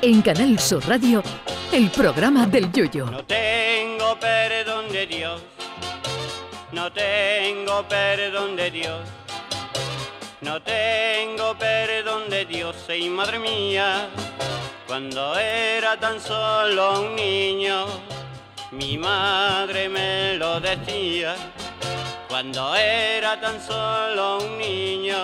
En Canal Sur Radio, el programa del Yoyo. No tengo perdón de Dios, no tengo perdón de Dios, no tengo perdón de Dios, y madre mía, cuando era tan solo un niño, mi madre me lo decía. Cuando era tan solo un niño,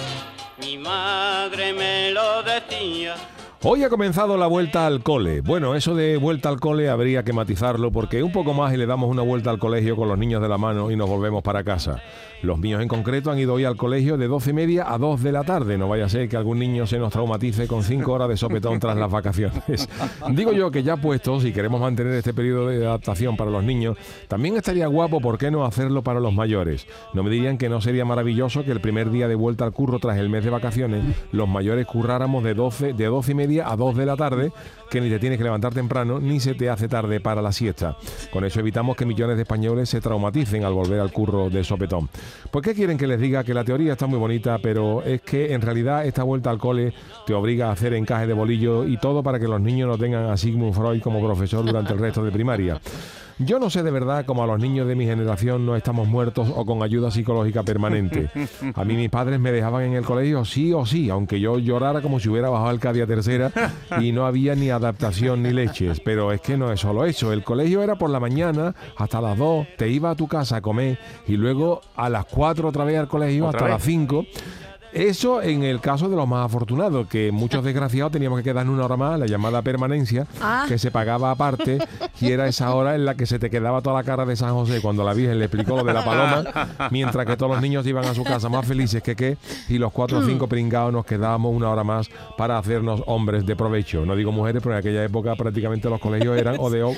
mi madre me lo decía. Hoy ha comenzado la vuelta al cole. Bueno, eso de vuelta al cole habría que matizarlo porque un poco más y le damos una vuelta al colegio con los niños de la mano y nos volvemos para casa. Los míos en concreto han ido hoy al colegio de 12:30 a 2 de la tarde. No vaya a ser que algún niño se nos traumatice con 5 horas de sopetón tras las vacaciones. Digo yo que ya puestos, si queremos mantener este periodo de adaptación para los niños, también estaría guapo, ¿por qué no hacerlo para los mayores? ¿No me dirían que no sería maravilloso que el primer día de vuelta al curro tras el mes de vacaciones, los mayores curráramos de 12:30 a 2 de la tarde, que ni te tienes que levantar temprano ni se te hace tarde para la siesta? Con eso evitamos que millones de españoles se traumaticen al volver al curro de sopetón. ¿Por qué quieren que les diga que la teoría está muy bonita, pero es que en realidad esta vuelta al cole te obliga a hacer encaje de bolillo y todo para que los niños no tengan a Sigmund Freud como profesor durante el resto de primaria? Yo no sé de verdad cómo a los niños de mi generación no estamos muertos o con ayuda psicológica permanente. A mí mis padres me dejaban en el colegio sí o sí, aunque yo llorara como si hubiera bajado al Cádiz a tercera y no había ni adaptación ni leches. Pero es que no es solo eso. El colegio era por la mañana hasta las 2, te iba a tu casa a comer y luego a las 4 otra vez al colegio hasta las 5. Eso en el caso de los más afortunados, que muchos desgraciados teníamos que quedarnos una hora más, la llamada permanencia, que se pagaba aparte, y era esa hora en la que se te quedaba toda la cara de San José cuando la Virgen le explicó lo de la paloma, mientras que todos los niños iban a su casa más felices que y los 4 o 5 pringados nos quedábamos una hora más para hacernos hombres de provecho. No digo mujeres, pero en aquella época prácticamente los colegios eran o de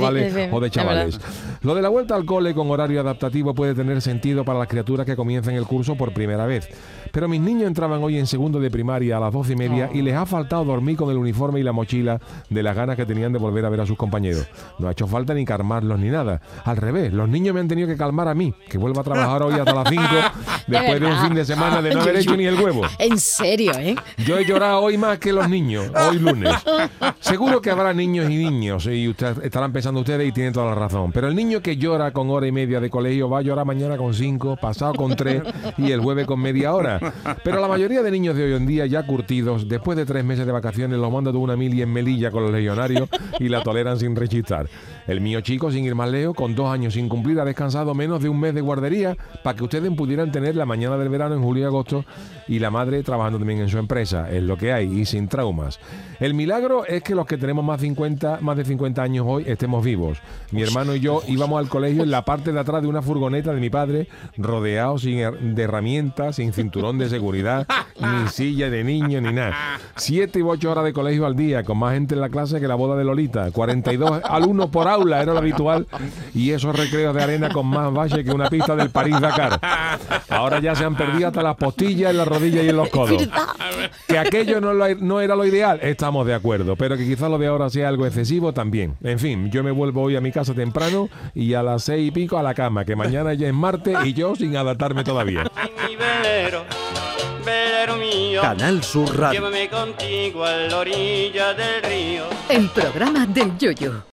chavales. Lo de la vuelta al cole con horario adaptativo puede tener sentido para las criaturas que comiencen el curso por primera vez. Pero mis niños entraban hoy en segundo de primaria a las 12:30 y les ha faltado dormir con el uniforme y la mochila de las ganas que tenían de volver a ver a sus compañeros. No ha hecho falta ni calmarlos ni nada. Al revés, los niños me han tenido que calmar a mí, que vuelvo a trabajar hoy hasta las 5 después de un fin de semana de no haber hecho ni el huevo. En serio, Yo he llorado hoy más que los niños, hoy lunes. Seguro que habrá niños y niños, y estarán pensando ustedes y tienen toda la razón. Pero el niño que llora con hora y media de colegio va a llorar mañana con 5, pasado con 3 y el jueves con media hora. Pero la mayoría de niños de hoy en día, ya curtidos, después de 3 meses de vacaciones, los manda de una mili en Melilla con los legionarios y la toleran sin rechistar. El mío chico, sin ir más lejos, con 2 años sin cumplir, ha descansado menos de un mes de guardería para que ustedes pudieran tener la mañana del verano en julio y agosto y la madre trabajando también en su empresa. Es lo que hay y sin traumas. El milagro es que los que tenemos más de 50 años hoy estemos vivos. Mi hermano y yo íbamos al colegio en la parte de atrás de una furgoneta de mi padre, rodeados de herramientas, sin cinturón de seguridad, ni silla de niño, ni nada. 7 u 8 horas de colegio al día, con más gente en la clase que la boda de Lolita. 42 alumnos por aula era lo habitual, y esos recreos de arena con más valle que una pista del París-Dakar. Ahora ya se han perdido hasta las postillas en las rodillas y en los codos. Que aquello no era lo ideal, estamos de acuerdo, pero que quizás lo de ahora sea algo excesivo también. En fin, yo me vuelvo hoy a mi casa temprano y a las 6 y pico a la cama, que mañana ya es martes y yo sin adaptarme todavía. Velero mío, Canal Sur Radio. llévame contigo a la orilla del río. El programa del Yoyo.